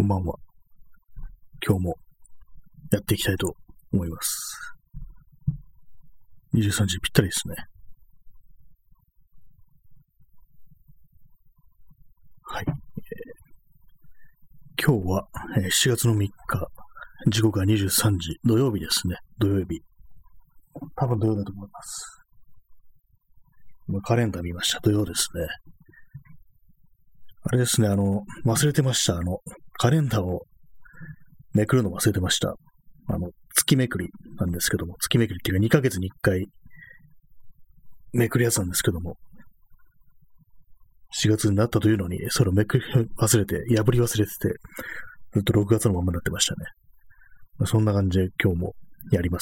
こんばんは。今日もやっていきたいと思います。23時ぴったりですね。はい。今日は7月の3日、時刻は23時、土曜日ですね。土曜日。多分土曜だと思います。今カレンダー見ました。土曜ですね。あれですね、忘れてました。カレンダーをめくるの忘れてました。月めくりなんですけども、月めくりっていうか2ヶ月に1回めくるやつなんですけども、4月になったというのに、それをめくり忘れて、破り忘れてて、ずっと6月のままになってましたね。そんな感じで今日もやります。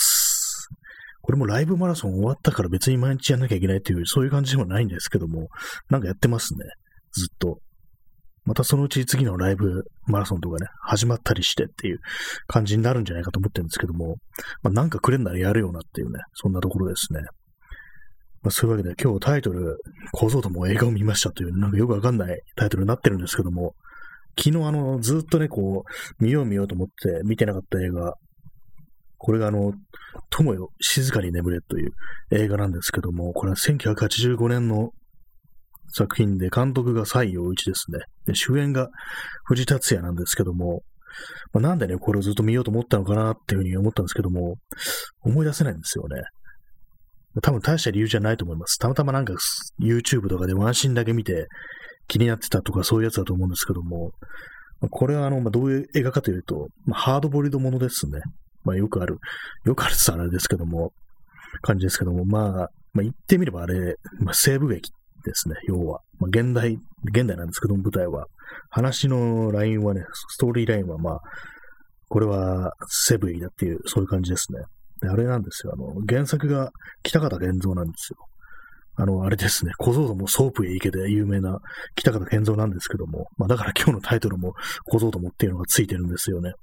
これもライブマラソン終わったから別に毎日やんなきゃいけないっていう、そういう感じでもないんですけども、なんかやってますね。ずっと。またそのうち次のライブマラソンとかね、始まったりしてっていう感じになるんじゃないかと思ってるんですけども、なんかくれんならやるよなっていうね、そんなところですね。そういうわけで今日タイトル、小僧とも映画を見ましたという、なんかよくわかんないタイトルになってるんですけども、昨日ずっとね、見ようと思って見てなかった映画、これが友よ、静かに眠れという映画なんですけども、これは1985年の作品で、監督が西洋一ですね。で、主演が藤達也なんですけども、なんでね、これをずっと見ようと思ったのかなっていうふうに思ったんですけども、思い出せないんですよね。多分大した理由じゃないと思います。たまたまなんか YouTube とかでワンシーンだけ見て気になってたとかそういうやつだと思うんですけども、これはどういう映画かというと、ハードボイルドものですね。よくあるって言ったらあれですけども、感じですけども、言ってみればあれ、西部劇ですね、要は。現代なんですけども、舞台は。話のラインはね、ストーリーラインはこれは西部劇だっていう、そういう感じですね。で、あれなんですよ。原作が北方源三なんですよ。あれですね、小僧ともソープへ行けで有名な北方源三なんですけども、だから今日のタイトルも小僧ともっていうのがついてるんですよね。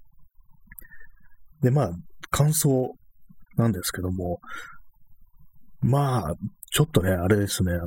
で、感想なんですけども、ちょっとね、あれですね、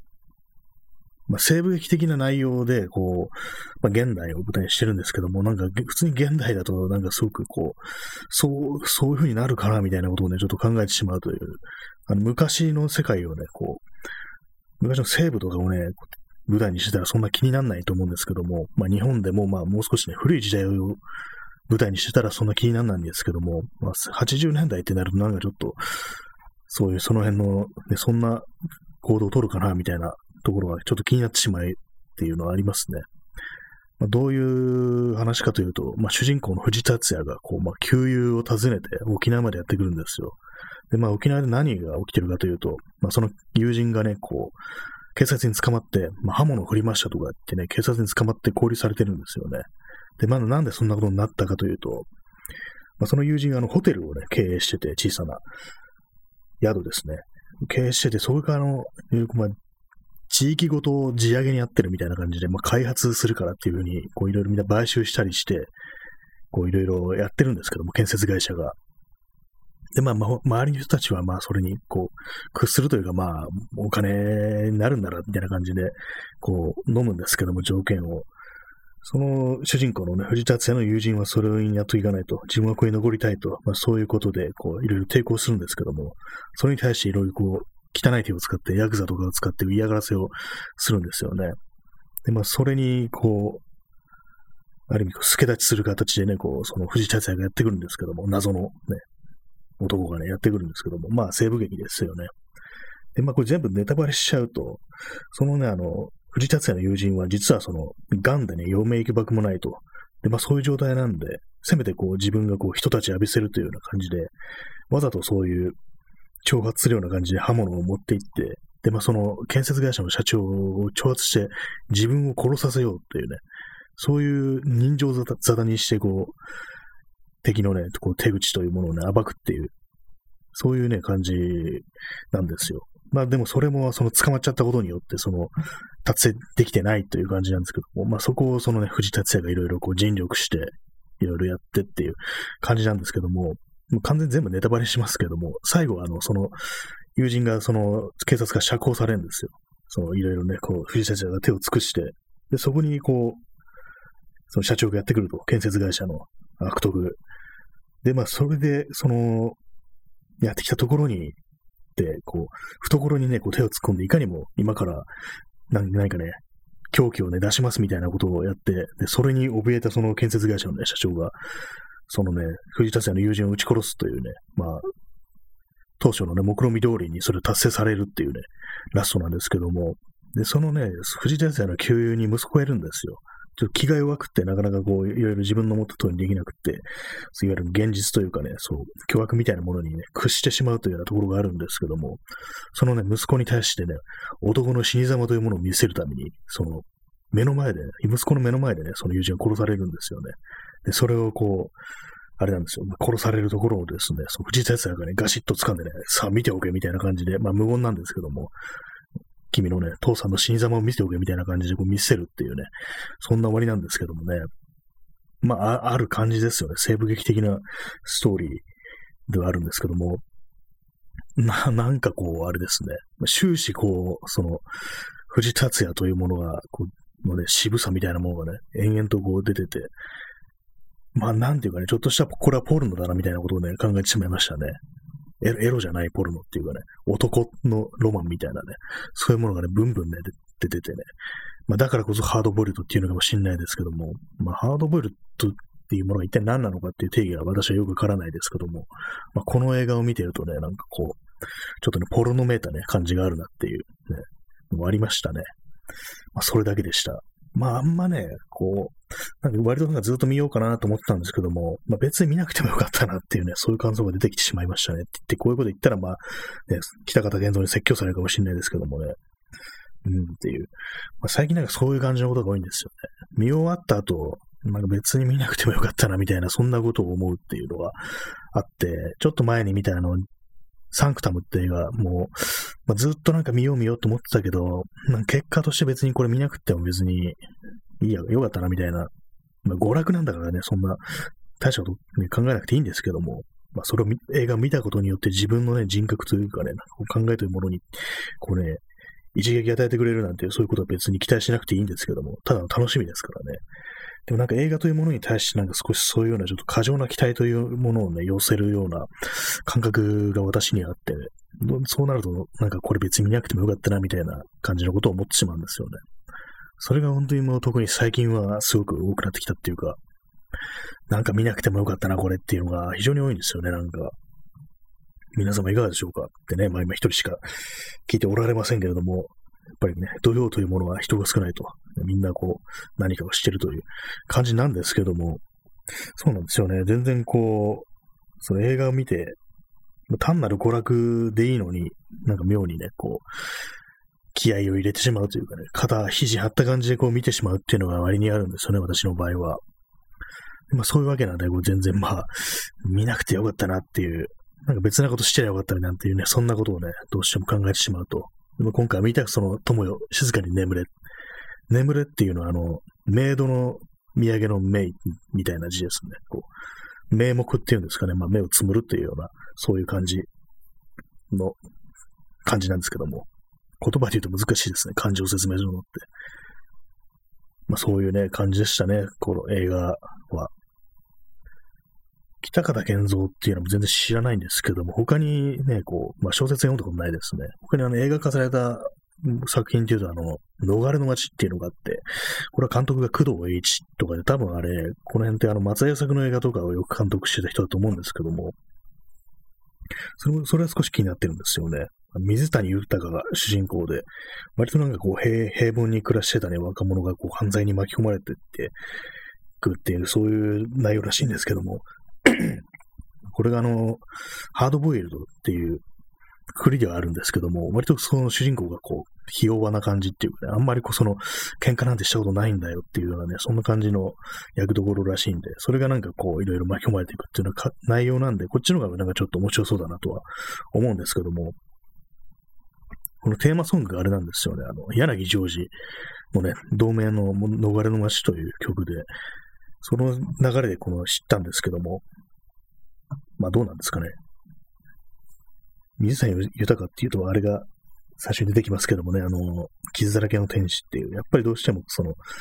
西部劇的な内容で、現代を舞台にしてるんですけども、なんか、普通に現代だと、なんかすごくそういう風になるかな、みたいなことをね、ちょっと考えてしまうという、昔の世界をね、昔の西部とかをね、舞台にしてたらそんな気にならないと思うんですけども、日本でももう少しね、古い時代を舞台にしてたらそんな気にならないんですけども、80年代ってなるとなんかちょっと、そういうその辺の、ね、そんな行動を取るかな、みたいなところがちょっと気になってしまいっていうのはありますね。どういう話かというと、主人公の藤達也が、旧友を訪ねて沖縄までやってくるんですよ。で、沖縄で何が起きてるかというと、その友人がね、警察に捕まって、刃物を振りましたとか言ってね、警察に捕まって勾留されてるんですよね。で、なんでそんなことになったかというと、その友人がホテルをね、経営してて、小さな宿ですね。経営してて、それから地域ごと地上げにやってるみたいな感じで、開発するからっていうふうに、いろいろみんな買収したりして、いろいろやってるんですけども、建設会社が。で、周りの人たちは、それに、屈するというか、お金になるんなら、みたいな感じで、飲むんですけども、条件を。その主人公のね、藤達也の友人はそれにやっといかないと、自分はここに残りたいと、そういうことで、いろいろ抵抗するんですけども、それに対していろいろ汚い手を使って、ヤクザとかを使って嫌がらせをするんですよね。で、それに、ある意味、助太刀する形でね、その藤達也がやってくるんですけども、謎のね、男がね、やってくるんですけども、西部劇ですよね。で、これ全部ネタバレしちゃうと、そのね、藤達也の友人は実は癌でね、余命いくばくもないと。で、そういう状態なんで、せめて自分が人たち浴びせるというような感じで、わざとそういう挑発するような感じで刃物を持っていって、で、その建設会社の社長を挑発して自分を殺させようっていうね、そういう人情沙汰にして敵のね、手口というものをね、暴くっていう、そういうね、感じなんですよ。でもそれも捕まっちゃったことによって、達成できてないという感じなんですけども、そこを藤達也がいろいろ尽力して、いろいろやってっていう感じなんですけども、もう完全に全部ネタバレしますけども、最後はその友人が警察が釈放されるんですよ。いろいろね、藤達也が手を尽くして、で、そこにその社長がやってくると、建設会社の悪徳。で、まあ、それで、やってきたところに、で、懐にね、手を突っ込んで、いかにも今から何かね、凶器をね、出しますみたいなことをやって、で、それに怯えたその建設会社のね、社長が、そのね、藤田也の友人を撃ち殺すというね、まあ、当初のね、目論見通りにそれを達成されるっていうね、ラストなんですけども、で、そのね、藤田也の旧友に息子がいるんですよ。ちょっと気が弱くって、なかなかいろいろ自分の思った通りにできなくって、いわゆる現実というかね、巨悪みたいなものにね、屈してしまうというようなところがあるんですけども、そのね、息子に対してね、男の死に様というものを見せるために、目の前で、息子の目の前でね、その友人が殺されるんですよね。で、それをあれなんですよ。殺されるところをですね、藤田也がね、ガシッと掴んでね、さあ見ておけみたいな感じで、まあ無言なんですけども、君のね、父さんの死に様を見せておけみたいな感じで見せるっていうね、そんな終わりなんですけどもね、まあ、ある感じですよね。西部劇的なストーリーではあるんですけども、なんかあれですね、終始藤田也というものが、渋さみたいなものがね、延々と出てて、まあ、なんていうかね、ちょっとした、これはポルノだな、みたいなことをね、考えてしまいましたね。エロじゃないポルノっていうかね、男のロマンみたいなね、そういうものがね、ブンブンね、出ててね。まあ、だからこそハードボイルドっていうのかもしれないですけども、まあ、ハードボイルドっていうものが一体何なのかっていう定義は私はよくわからないですけども、まあ、この映画を見てるとね、なんかちょっとね、ポルノめいたね、感じがあるなっていうね、のもありましたね。まあ、それだけでした。まあ、あんまね、なんか割となんかずっと見ようかなと思ってたんですけども、まあ別に見なくてもよかったなっていうね、そういう感想が出てきてしまいましたねって言って、こういうこと言ったらまあ、ね、北方現像に説教されるかもしれないですけどもね、っていう。まあ、最近なんかそういう感じのことが多いんですよね。見終わった後、なんか別に見なくてもよかったなみたいな、そんなことを思うっていうのがあって、ちょっと前に見たサンクタムって映画、もう、まあ、ずっとなんか見ようと思ってたけど、なんか結果として別にこれ見なくても別にいいや、よかったなみたいな、まあ、娯楽なんだからね、そんな大したこと、ね、考えなくていいんですけども、まあ、それを映画を見たことによって自分のね、人格というかね、考えというものに、一撃与えてくれるなんてそういうことは別に期待しなくていいんですけども、ただの楽しみですからね。でもなんか映画というものに対してなんか少しそういうようなちょっと過剰な期待というものをね、寄せるような感覚が私にはあって、ね、そうなるとなんかこれ別に見なくてもよかったなみたいな感じのことを思ってしまうんですよね。それが本当にもう特に最近はすごく多くなってきたっていうか、なんか見なくてもよかったなこれっていうのが非常に多いんですよね、なんか。皆様いかがでしょうかってね、まあ今一人しか聞いておられませんけれども、やっぱりね、土曜というものは人が少ないと、みんな何かをしてるという感じなんですけども、そうなんですよね。全然その映画を見て、単なる娯楽でいいのに、なんか妙にね、気合を入れてしまうというかね、肘張った感じで見てしまうっていうのが割にあるんですよね、私の場合は。まあそういうわけなんで、全然まあ、見なくてよかったなっていう、なんか別なことしてりゃよかったなんていうね、そんなことをね、どうしても考えてしまうと。でも今回見た友よ、静かに眠れ。眠れっていうのはメイドの土産のメイみたいな字ですね。名目っていうんですかね。まあ目をつむるっていうような、そういう感じなんですけども。言葉で言うと難しいですね。漢字を説明するのって。まあそういうね、感じでしたね。この映画は。北方健三っていうのも全然知らないんですけども、他にね、まあ小説読んだことないですね。他に映画化された作品っていうと逃れの街っていうのがあって、これは監督が工藤栄一とかで、多分あれ、この辺って松田優作の映画とかをよく監督してた人だと思うんですけども、それは少し気になってるんですよね。水谷豊が主人公で、割となんか平凡に暮らしてたね、若者が犯罪に巻き込まれてってくっていう、そういう内容らしいんですけども、これがハードボイルドっていうくくりではあるんですけども、割とその主人公がひ弱な感じっていうかね、あんまり喧嘩なんてしたことないんだよっていうようなね、そんな感じの役どころらしいんで、それがなんかいろいろ巻き込まれていくっていうような内容なんで、こっちの方がなんかちょっと面白そうだなとは思うんですけども、このテーマソングがあれなんですよね、柳ジョージのね、同名の逃れの街という曲で、その流れで知ったんですけども、まあどうなんですかね。水谷豊っていうと、あれが最初に出てきますけどもね、傷だらけの天使っていう、やっぱりどうしても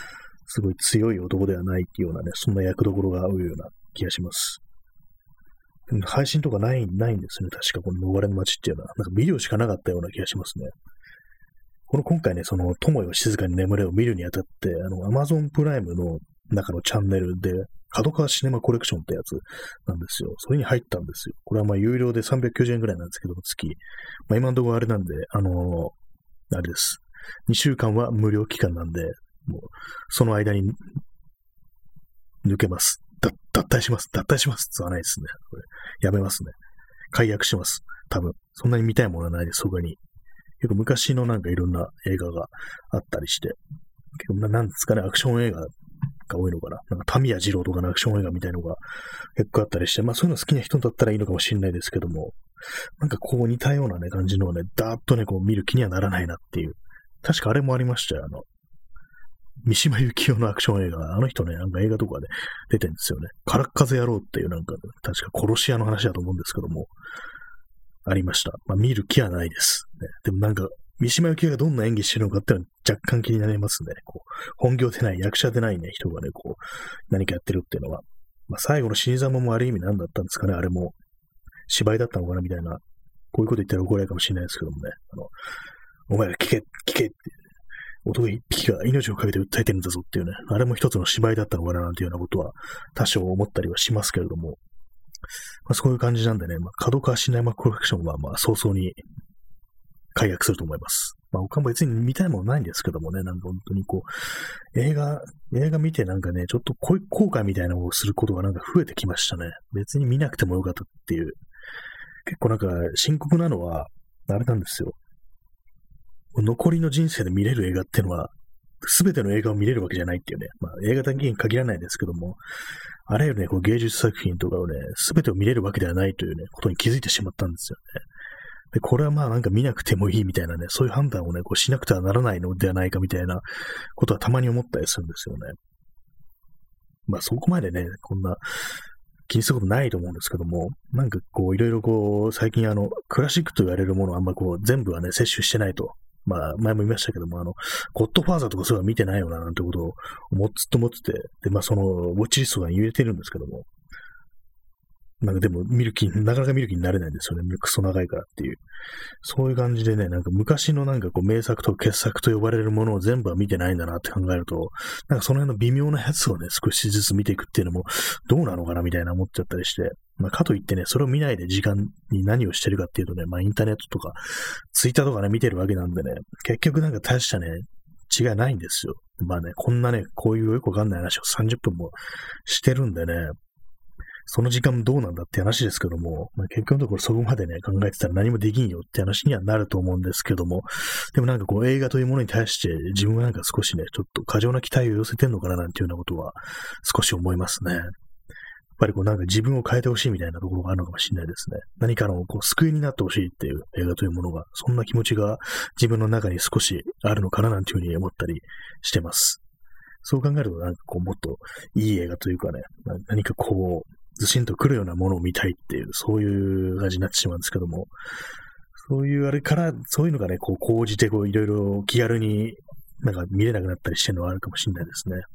すごい強い男ではないっていうようなね、そんな役どころが合うような気がします。でも配信とかないんですね。確かこの逃れの街っていうのは。なんかビデオしかなかったような気がしますね。今回ね、その、友よ静かに眠れを見るにあたって、Amazon プライムの中のチャンネルで、角川シネマコレクションってやつなんですよ。それに入ったんですよ。これはまあ有料で390円ぐらいなんですけども、月。まあ今のところあれなんで、あれです。2週間は無料期間なんで、もう、その間に抜けます。脱退します。脱退します。つはないですね。これやめますね。解約します。多分。そんなに見たいものはないです。他に。結構昔のなんかいろんな映画があったりして。結構なんですかね、アクション映画が多いのかな。なんか、タミヤ二郎とかのアクション映画みたいのが結構あったりして、まあそういうの好きな人だったらいいのかもしれないですけども、なんかこう似たようなね、感じのをね、だーっとね、こう見る気にはならないなっていう。確かあれもありましたよ。三島由紀夫のアクション映画、あの人ね、なんか映画とかで出てるんですよね。空っ風野郎っていうなんか、確か殺し屋の話だと思うんですけども、ありました。まあ見る気はないです。ね、でもなんか、三島由紀夫がどんな演技してるのかっていうのは若干気になりますね。こう本業でない、役者でないね、人がね、こう、何かやってるっていうのは。まあ最後の死に様もある意味何だったんですかね、あれも。芝居だったのかなみたいな。こういうこと言ったら怒られるかもしれないですけどもね。お前ら聞けって。男一匹が命をかけて訴えてるんだぞっていうね、あれも一つの芝居だったのかななんていうようなことは多少思ったりはしますけれども、まあ、そういう感じなんでね、まあ、角川シネマコレクションはまあ早々に解約すると思います。まあ他も別に見たいものないんですけどもね、なんか本当にこう、映画見てなんかね、ちょっと後悔みたいなのをすることがなんか増えてきましたね。別に見なくてもよかったっていう。結構なんか深刻なのは、あれなんですよ。残りの人生で見れる映画っていうのは、すべての映画を見れるわけじゃないっていうね。まあ映画だけに限らないですけども、あらゆるね、こう芸術作品とかをね、すべてを見れるわけではないというね、ことに気づいてしまったんですよね。で、これはまあなんか見なくてもいいみたいなね、そういう判断をね、こうしなくてはならないのではないかみたいなことはたまに思ったりするんですよね。まあそこまでね、こんな気にすることないと思うんですけども、なんかこういろいろこう、最近クラシックと言われるものをあんまこう全部はね、摂取してないと。まあ前も言いましたけども、ゴッドファーザーとかそういうの見てないよななんてことをずっと思ってて、で、まあその、ウォッチリストが入れてるんですけども、なんかでもなかなか見る気になれないんですよね。クソ長いからっていう。そういう感じでね、なんか昔のなんかこう名作と傑作と呼ばれるものを全部は見てないんだなって考えると、なんかその辺の微妙なやつをね、少しずつ見ていくっていうのもどうなのかなみたいな思っちゃったりして、まあかといってね、それを見ないで時間に何をしてるかっていうとね、まあインターネットとか、ツイッターとかね、見てるわけなんでね、結局なんか大したね、違いないんですよ。まあね、こんなね、こういうよくわかんない話を30分もしてるんでね、その時間どうなんだって話ですけども、まあ、結局のところそこまでね、考えてたら何もできんよって話にはなると思うんですけども、でもなんかこう映画というものに対して自分はなんか少しね、ちょっと過剰な期待を寄せてんのかななんていうようなことは少し思いますね。やっぱりこうなんか自分を変えてほしいみたいなところがあるのかもしれないですね。何かのこう救いになってほしいっていう映画というものが、そんな気持ちが自分の中に少しあるのかななんていうふうに思ったりしてます。そう考えるとなんかこうもっといい映画というかね、何かこう、ずしんと来るようなものを見たいっていう、そういう感じになってしまうんですけども、そういうあれから、そういうのがね、こう、講じて、こう、いろいろ気軽になんか見れなくなったりしてるのはあるかもしれないですね。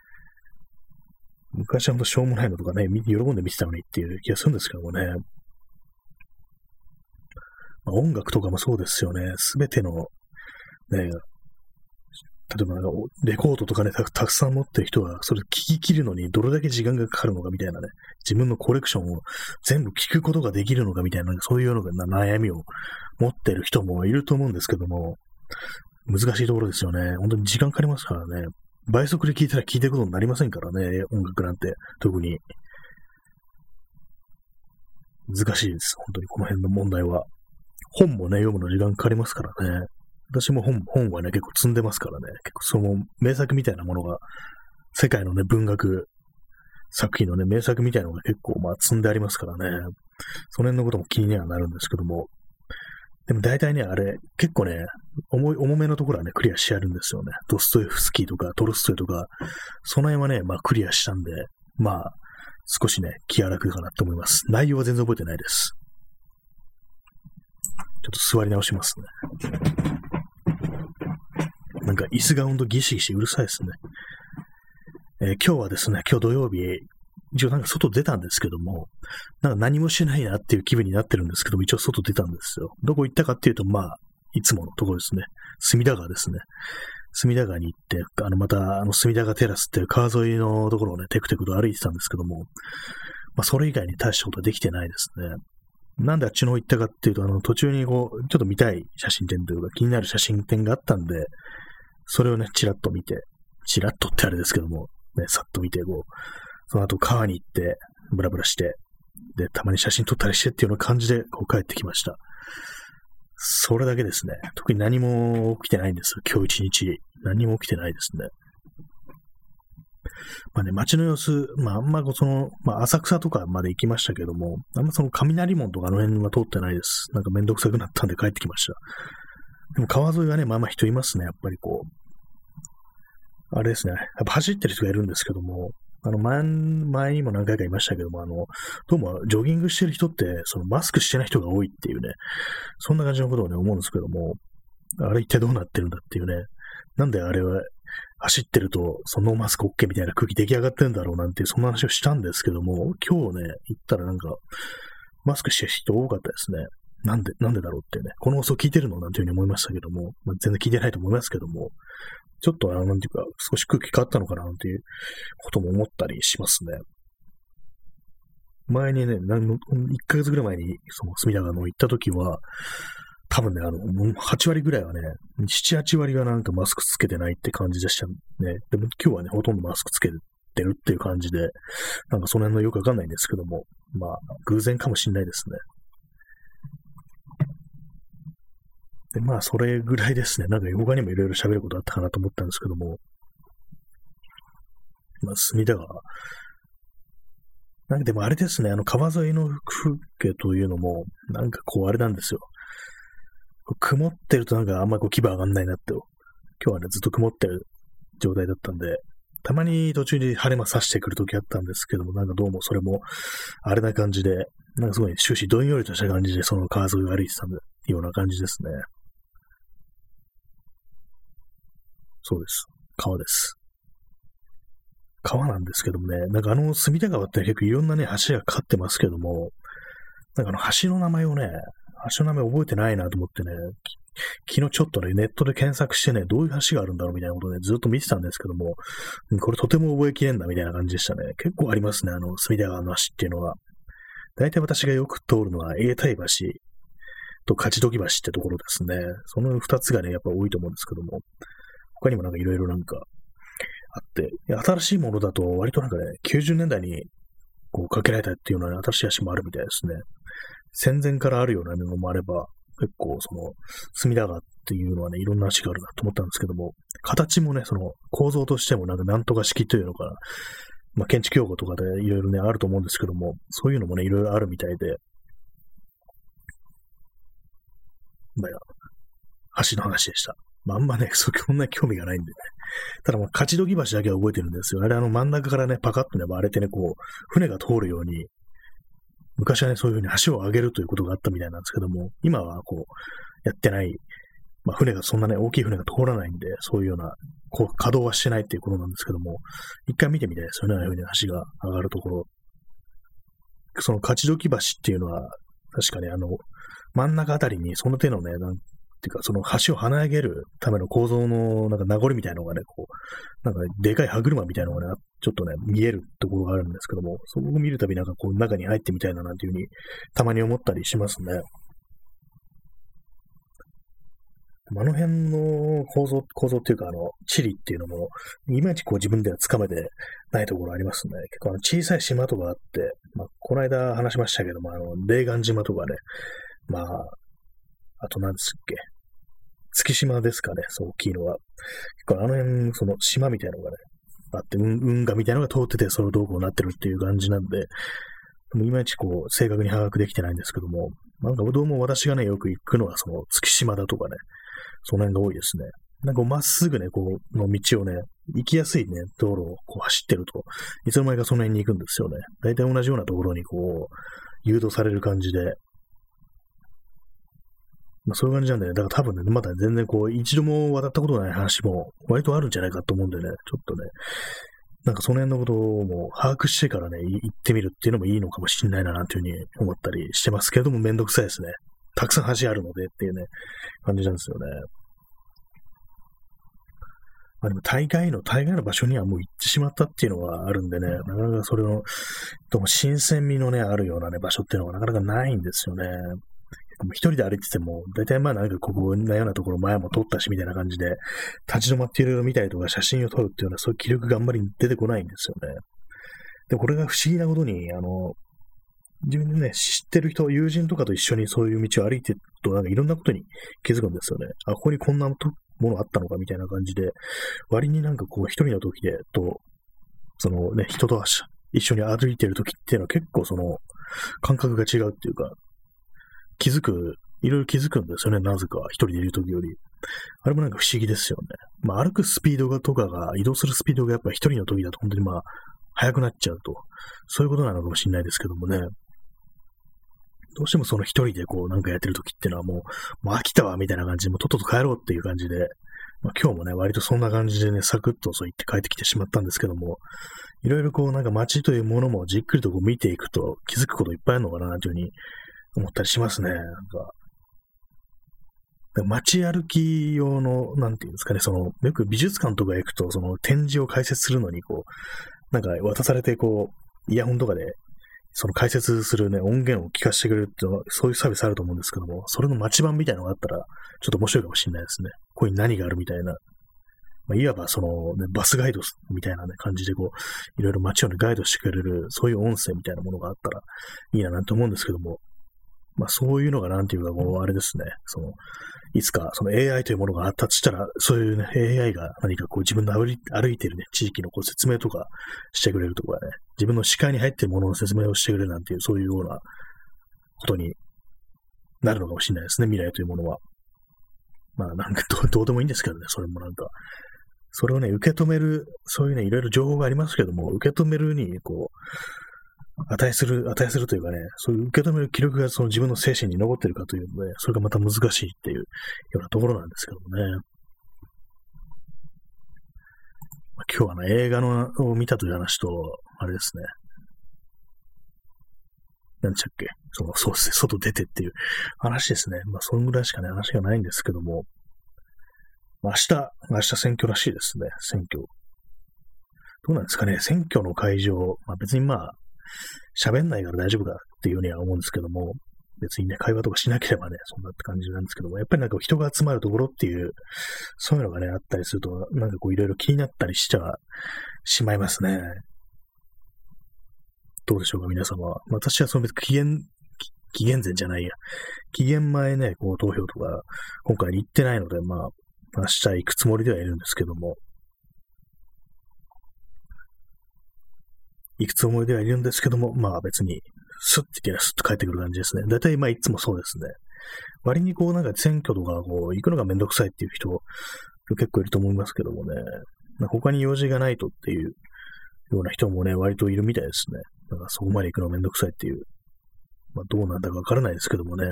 昔はほんとしょうもないのとかね、喜んで見てたのにっていう気がするんですけどもね。まあ、音楽とかもそうですよね。すべての、ね、例えばなんかレコードとかね、たくさん持ってる人は、それ聴き切るのにどれだけ時間がかかるのかみたいなね、自分のコレクションを全部聞くことができるのかみたいな、そういうような悩みを持ってる人もいると思うんですけども、難しいところですよね。本当に時間かかりますからね。倍速で聞いたら聞いてることになりませんからね、音楽なんて、特に。難しいです。本当にこの辺の問題は。本もね、読むの時間かかりますからね。私も本はね、結構積んでますからね。結構その名作みたいなものが、世界のね、文学作品のね、名作みたいなのが結構まあ積んでありますからね。その辺のことも気にはなるんですけども。でも大体ね、あれ、結構ね、重めのところはね、クリアしてやるんですよね。ドストエフスキーとかトルストイとか、その辺はね、まあクリアしたんで、まあ、少しね、気が楽かなと思います。内容は全然覚えてないです。ちょっと座り直しますね。なんか椅子がほんとギシギシうるさいですね。 今日はですね、今日土曜日、一応なんか外出たんですけども、なんか何もしないなっていう気分になってるんですけども、一応外出たんですよ。どこ行ったかっていうと、まあ、いつものところですね。隅田川ですね。隅田川に行って、また、隅田川テラスっていう川沿いのところをね、テクテクと歩いてたんですけども、まあ、それ以外に大したことはできてないですね。なんであっちの方行ったかっていうと、途中にこう、ちょっと見たい写真展というか、気になる写真展があったんで、それをね、チラッと見て、チラッとってあれですけども、ね、さっと見て、こう、その後川に行って、ブラブラして、で、たまに写真撮ったりしてっていうような感じで、こう帰ってきました。それだけですね。特に何も起きてないんですよ。今日一日。何も起きてないですね。まあね、街の様子、まああんままあ浅草とかまで行きましたけども、あんまその雷門とかあの辺は通ってないです。なんかめんどくさくなったんで帰ってきました。でも川沿いはね、まあまあ人いますね、やっぱりこう。あれですね。やっぱ走ってる人がいるんですけども、前にも何回かいましたけども、どうもジョギングしてる人って、マスクしてない人が多いっていうね、そんな感じのことをね、思うんですけども、あれ一体どうなってるんだっていうね、なんであれは走ってると、ノーマスク OK みたいな空気出来上がってるんだろうなんていう、そんな話をしたんですけども、今日ね、行ったらなんか、マスクしてる人多かったですね。なんでだろうってね、この放送聞いてるのなんていうふうに思いましたけども、まあ、全然聞いてないと思いますけども、ちょっとなんていうか、少し空気変わったのかなっていうことも思ったりしますね。前にね、1ヶ月ぐらい前に、隅田川の行った時は、多分ね、8割ぐらいはね、7、8割がなんかマスクつけてないって感じでしたね。でも今日はね、ほとんどマスクつけてるっていう感じで、なんかその辺のよくわかんないんですけども、まあ、偶然かもしんないですね。で、まあ、それぐらいですね。なんか他にもいろいろ喋ることあったかなと思ったんですけども、まあ、隅田川。なんかでもあれですね、川沿いの風景というのも、なんかこうあれなんですよ。曇ってるとなんかあんまり気分上がんないなって。今日はね、ずっと曇ってる状態だったんで、たまに途中に晴れ間差してくる時あったんですけども、なんかどうもそれもあれな感じで、なんかすごい終始どんよりとした感じでその川沿いを歩いてたような感じですね。そうです。川です。川なんですけどもね、なんか隅田川って結構いろんなね、橋がかかってますけども、なんか橋の名前をね、橋の名前覚えてないなと思ってね、昨日ちょっとね、ネットで検索してね、どういう橋があるんだろうみたいなことをね、ずっと見てたんですけども、これとても覚えきれんだみたいな感じでしたね。結構ありますね、隅田川の橋っていうのは。大体私がよく通るのは、永代橋と勝どき橋ってところですね。その二つがね、やっぱ多いと思うんですけども、他にもなんかいろいろなんかあって、新しいものだと割となんかね、90年代にこうかけられたっていうような、ね、新しい橋もあるみたいですね。戦前からあるようなのもあれば、結構隅田川っていうのはね、いろんな橋があるなと思ったんですけども、形もね、構造としてもなんとか式というのかな、まあ、建築用語とかでいろいろね、あると思うんですけども、そういうのもね、いろいろあるみたいで、まあ、橋の話でした。まあ、あんまね、そんな興味がないんでね。ただ勝どき橋だけは覚えてるんですよ。あれ真ん中からね、パカッとね、割れてね、こう、船が通るように、昔はね、そういう風に橋を上げるということがあったみたいなんですけども、今はこう、やってない、まあ船がそんなね、大きい船が通らないんで、そういうような、こう、稼働はしてないっていうことなんですけども、一回見てみたいですよね、ああいう風に橋が上がるところ。その勝どき橋っていうのは、確かね、真ん中あたりにその手のね、ていうか、その橋を跳ね上げるための構造のなんか名残みたいなのがね、こう、なんかでかい歯車みたいなのがね、ちょっとね、見えるところがあるんですけども、そこを見るたびなんかこう中に入ってみたいななんていうふうにたまに思ったりしますね。あの辺の構造っていうか、地理っていうのも、いまいちこう自分ではつかめてないところありますね。結構小さい島とかあって、まあ、この間話しましたけども、霊岩島とかね、まあ、あと何ですっけ、月島ですかね、そう大きいのは。結構辺、島みたいなのがね、あって、運河みたいなのが通ってて、それをどうこうなってるっていう感じなんで、いまいちこう、正確に把握できてないんですけども、なんかどうも私がね、よく行くのは、月島だとかね、その辺が多いですね。なんかまっすぐね、こう、の道をね、行きやすいね、道路をこう走ってると、いつの間にかその辺に行くんですよね。大体同じようなところにこう、誘導される感じで、まあそういう感じなんでね、だから多分ね、まだ全然こう、一度も渡ったことない話も割とあるんじゃないかと思うんでね、ちょっとね、 なんかその辺のことをもう把握してからね、行ってみるっていうのもいいのかもしれないな、なんていうふうに思ったりしてますけれども、めんどくさいですね。たくさん橋あるのでっていうね、感じなんですよね。まあでも大概の場所にはもう行ってしまったっていうのがあるんでね、なかなかそれの、どうも新鮮味のね、あるようなね、場所っていうのがなかなかないんですよね。一人で歩いてても、大体まあなんかここなようなところ前も撮ったしみたいな感じで、立ち止まっていろいろ見たりとか写真を撮るっていうのはそういう気力があんまり出てこないんですよね。で、これが不思議なことに、自分でね、知ってる人、友人とかと一緒にそういう道を歩いてると、なんかいろんなことに気づくんですよね。あ、ここにこんなものあったのかみたいな感じで、割になんかこう一人の時で、そのね、人と一緒に歩いてる時っていうのは結構その感覚が違うっていうか、いろいろ気づくんですよね、なぜか一人でいる時より。あれもなんか不思議ですよね。まあ歩くスピードとかが、移動するスピードがやっぱ一人の時だと本当にまあ、速くなっちゃうと、そういうことなのかもしれないですけどもね。どうしてもその一人でこうなんかやってる時っていうのはもう飽きたわみたいな感じで、もうとっとと帰ろうっていう感じで、まあ、今日もね、割とそんな感じでね、サクッとそう言って帰ってきてしまったんですけども、いろいろこうなんか街というものもじっくりとこう見ていくと気づくこといっぱいあるのかなというふうに思ったりしますね。なんか街歩き用の、なんていうんですかね、よく美術館とか行くと、その展示を解説するのに、こう、なんか渡されて、こう、イヤホンとかで、その解説するね、音源を聞かせてくれるっていうのは、そういうサービスあると思うんですけども、それの街版みたいなのがあったら、ちょっと面白いかもしれないですね。ここに何があるみたいな。まあ、いわばその、ね、バスガイドみたいな、ね、感じで、こう、いろいろ街を、ね、ガイドしてくれる、そういう音声みたいなものがあったらいいななんて思うんですけども、まあそういうのがなんていうか、もうあれですね、いつかその AI というものが発達したら、そういうね、AI が何かこう自分の歩いているね、地域のこう説明とかしてくれるとかね、自分の視界に入っているものの説明をしてくれるなんていう、そういうようなことになるのかもしれないですね、未来というものは。まあなんかどうでもいいんですけどね、それもなんか。それをね、受け止める、そういうね、いろいろ情報がありますけども、受け止めるに、こう、値するというかね、そういう受け止める記録がその自分の精神に残っているかというので、それがまた難しいっていうようなところなんですけどもね。今日は映画を見たという話と、あれですね。何でしたっけそうですね、外出てっていう話ですね。まあ、そのぐらいしかね、話がないんですけども、明日選挙らしいですね、選挙。どうなんですかね、選挙の会場、まあ別にまあ、喋んないから大丈夫だっていうふうには思うんですけども、別にね、会話とかしなければね、そんなって感じなんですけども、やっぱりなんか人が集まるところっていう、そういうのがね、あったりすると、なんかこういろいろ気になったりしまいますね。どうでしょうか、皆様は。私はその別に紀元前じゃないや。期限前ね、こう投票とか、今回行ってないので、まあ、明日行くつもりではいるんですけども、行くつもりではいるんですけども、まあ別に、スッて行けばスッと帰ってくる感じですね。だいたいまあいつもそうですね。割にこうなんか選挙とかこう行くのがめんどくさいっていう人結構いると思いますけどもね。他に用事がないとっていうような人もね、割といるみたいですね。だからそこまで行くのがめんどくさいっていう。まあどうなんだかわからないですけどもね。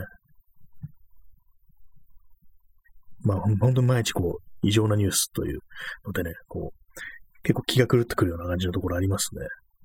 まあ本当に毎日こう異常なニュースというのでね、こう結構気が狂ってくるような感じのところありますね。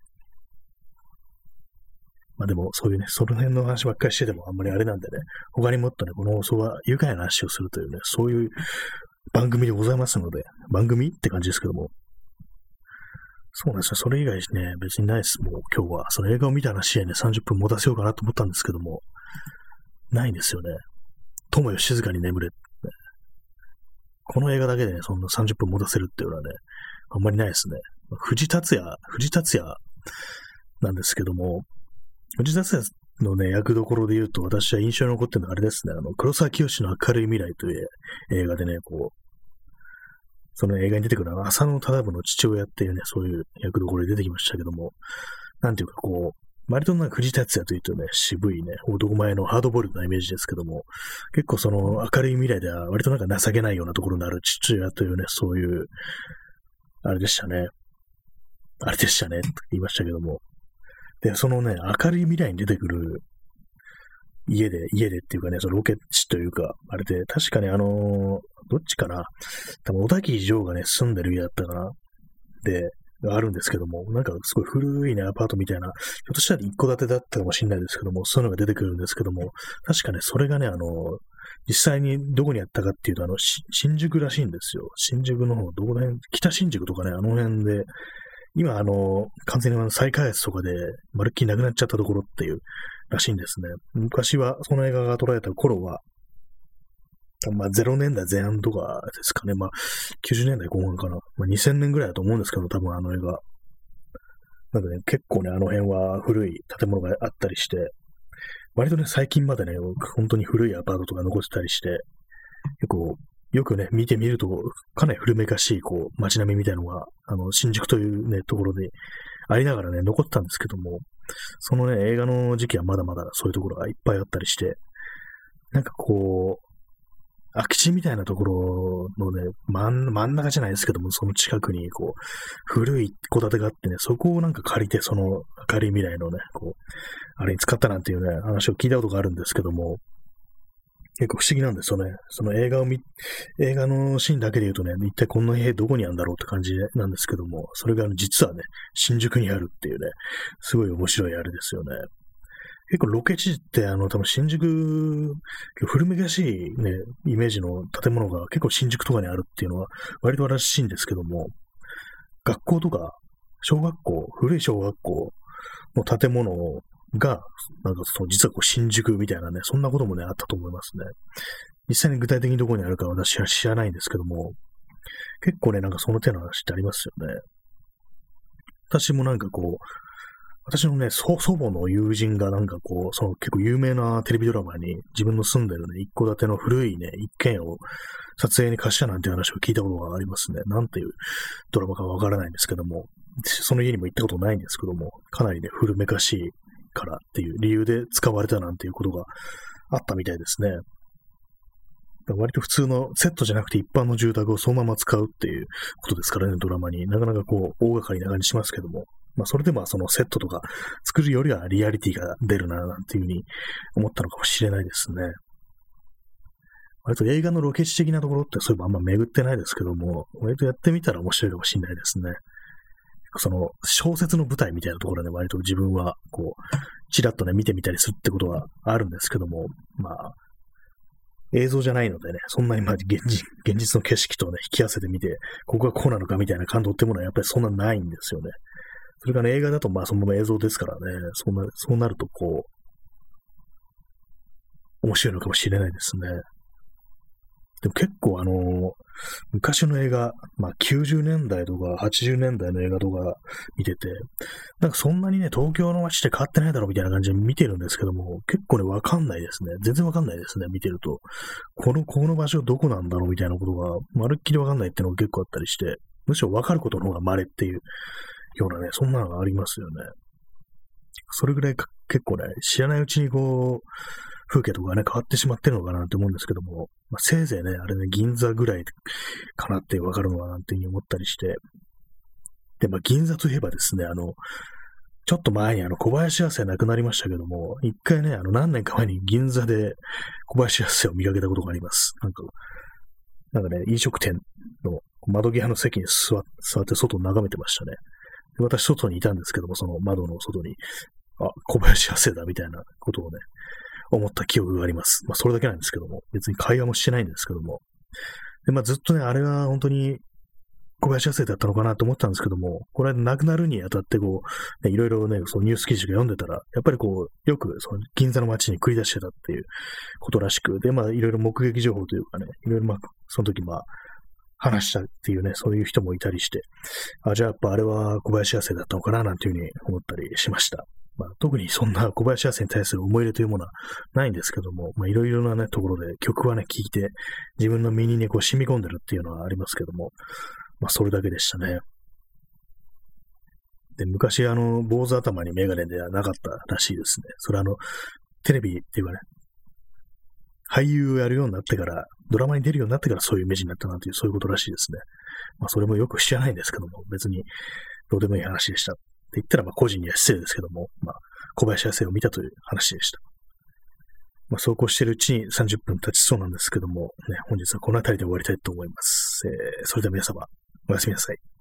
まあでも、そういうね、その辺の話ばっかりしててもあんまりあれなんでね、他にもっとね、この放送は愉快な話をするというね、そういう番組でございますので、番組って感じですけども、そうなんですよ。それ以外ね、別にないです。もう今日は、その映画を見た話でね、30分持たせようかなと思ったんですけども、ないんですよね。友よ静かに眠れって、ね。この映画だけでね、そんな30分持たせるっていうのはね、あんまりないですね。藤達也なんですけども、藤達也のね、役どころで言うと、私は印象に残ってるのはあれですね、黒沢清の明るい未来という映画でね、こう、その映画に出てくる浅野忠信の父親っていうね、そういう役どころで出てきましたけども、なんていうかこう、割となんか藤達也というとね、渋いね、男前のハードボイルドなイメージですけども、結構その明るい未来では割となんか情けないようなところのある父親というね、そういう、あれでしたねって言いましたけども、で、そのね、明るい未来に出てくる家でっていうかね、そのロケ地というか、あれで、確かね、どっちかな多分、小田切城がね、住んでる家だったかなで、 があるんですけども、なんかすごい古いね、アパートみたいな、ひょっとしたら一戸建てだったかもしれないですけども、そういうのが出てくるんですけども、確かね、それがね、実際にどこにあったかっていうと、新宿らしいんですよ。新宿の方、どこら辺、北新宿とかね、あの辺で、今、完全に再開発とかで、まるっきりなくなっちゃったところっていう、らしいんですね。昔は、その映画が撮られた頃は、まあ、0年代前半とかですかね。まあ、90年代後半かな。まあ、2000年ぐらいだと思うんですけど、多分あの映画。なんかね、結構ね、あの辺は古い建物があったりして、割とね、最近までね、本当に古いアパートとか残ってたりして、結構、よくね、見てみると、かなり古めかしい、街並みみたいなのが、新宿というね、ところでありながらね、残ってたんですけども、そのね、映画の時期はまだまだそういうところがいっぱいあったりして、なんか空き地みたいなところのね、真ん中じゃないですけども、その近くに、古い戸建てがあってね、そこをなんか借りて、その明るい未来のね、あれに使ったなんていうね、話を聞いたことがあるんですけども、結構不思議なんですよね。その映画のシーンだけで言うとね、一体この家どこにあるんだろうって感じなんですけども、それが実はね、新宿にあるっていうね、すごい面白いあれですよね。結構ロケ地って多分新宿、古めかしいね、イメージの建物が結構新宿とかにあるっていうのは割とらしいんですけども、学校とか古い小学校の建物が、なんか実は新宿みたいなね、そんなこともね、あったと思いますね。実際に具体的にどこにあるか私は知らないんですけども、結構ね、なんかその手の話ってありますよね。私もなんか私のね、祖母の友人がなんかその結構有名なテレビドラマに自分の住んでるね、一戸建ての古いね、一軒家を撮影に貸したなんて話を聞いたことがありますね。なんていうドラマかわからないんですけども、その家にも行ったことないんですけども、かなりね、古めかしいからっていう理由で使われたなんていうことがあったみたいですね。割と普通のセットじゃなくて一般の住宅をそのまま使うっていうことですからね、ドラマに。なかなか大掛かりな感じしますけども。まあ、それでそのセットとか作るよりはリアリティが出るな、なんていうふうに思ったのかもしれないですね。割と映画のロケ地的なところってそういえばあんま巡ってないですけども、割とやってみたら面白いかもしれないですね。その小説の舞台みたいなところで割と自分はちらっとね、見てみたりするってことはあるんですけども、まあ、映像じゃないのでね、そんなに現実の景色とね、引き合わせてみて、ここがこうなのかみたいな感動ってものはやっぱりそんなないんですよね。それからね、映画だとそのまま映像ですからね、そうなると面白いのかもしれないですね。でも結構昔の映画、90年代とか80年代の映画とか見てて、なんかそんなにね、東京の街って変わってないだろうみたいな感じで見てるんですけども、結構ね、わかんないですね。全然わかんないですね、見てると。この場所どこなんだろうみたいなことが、まるっきりわかんないっていうのが結構あったりして、むしろわかることの方が稀っていうようなね、そんなのがありますよね。それぐらい結構ね、知らないうちに風景とかね、変わってしまってるのかなって思うんですけども、せいぜいね、あれね、銀座ぐらいかなってわかるのかなっていうふうに思ったりして、で、銀座といえばですね、ちょっと前に小林亜生亡くなりましたけども、一回ね、何年か前に銀座で小林亜生を見かけたことがあります。なんかね、飲食店の窓際の席に座って外を眺めてましたね。で、私外にいたんですけども、その窓の外に、小林亜生だみたいなことをね、思った記憶があります。それだけなんですけども、別に会話もしてないんですけども。で、ずっとね、あれは本当に小林亜生だったのかなと思ったんですけども、これ亡くなるにあたってね、いろいろね、そのニュース記事が読んでたら、やっぱりよくその銀座の街に繰り出してたっていうことらしく、で、いろいろ目撃情報というかね、いろいろその時話したっていうね、そういう人もいたりして、じゃあやっぱあれは小林亜生だったのかななんていうふうに思ったりしました。特にそんな小林亜生に対する思い入れというものはないんですけども、いろいろなね、ところで曲はね、聴いて、自分の身にね、染み込んでるっていうのはありますけども、それだけでしたね。で、昔坊主頭にメガネではなかったらしいですね。それテレビっていうかね、俳優をやるようになってから、ドラマに出るようになってからそういうイメージになったなんていう、そういうことらしいですね。それもよく知らないんですけども、別にどうでもいい話でした。って言ったら、個人には失礼ですけども、小林亜生を見たという話でした。そうこうしているうちに30分経ちそうなんですけども、ね、本日はこの辺りで終わりたいと思います。それでは皆様、おやすみなさい。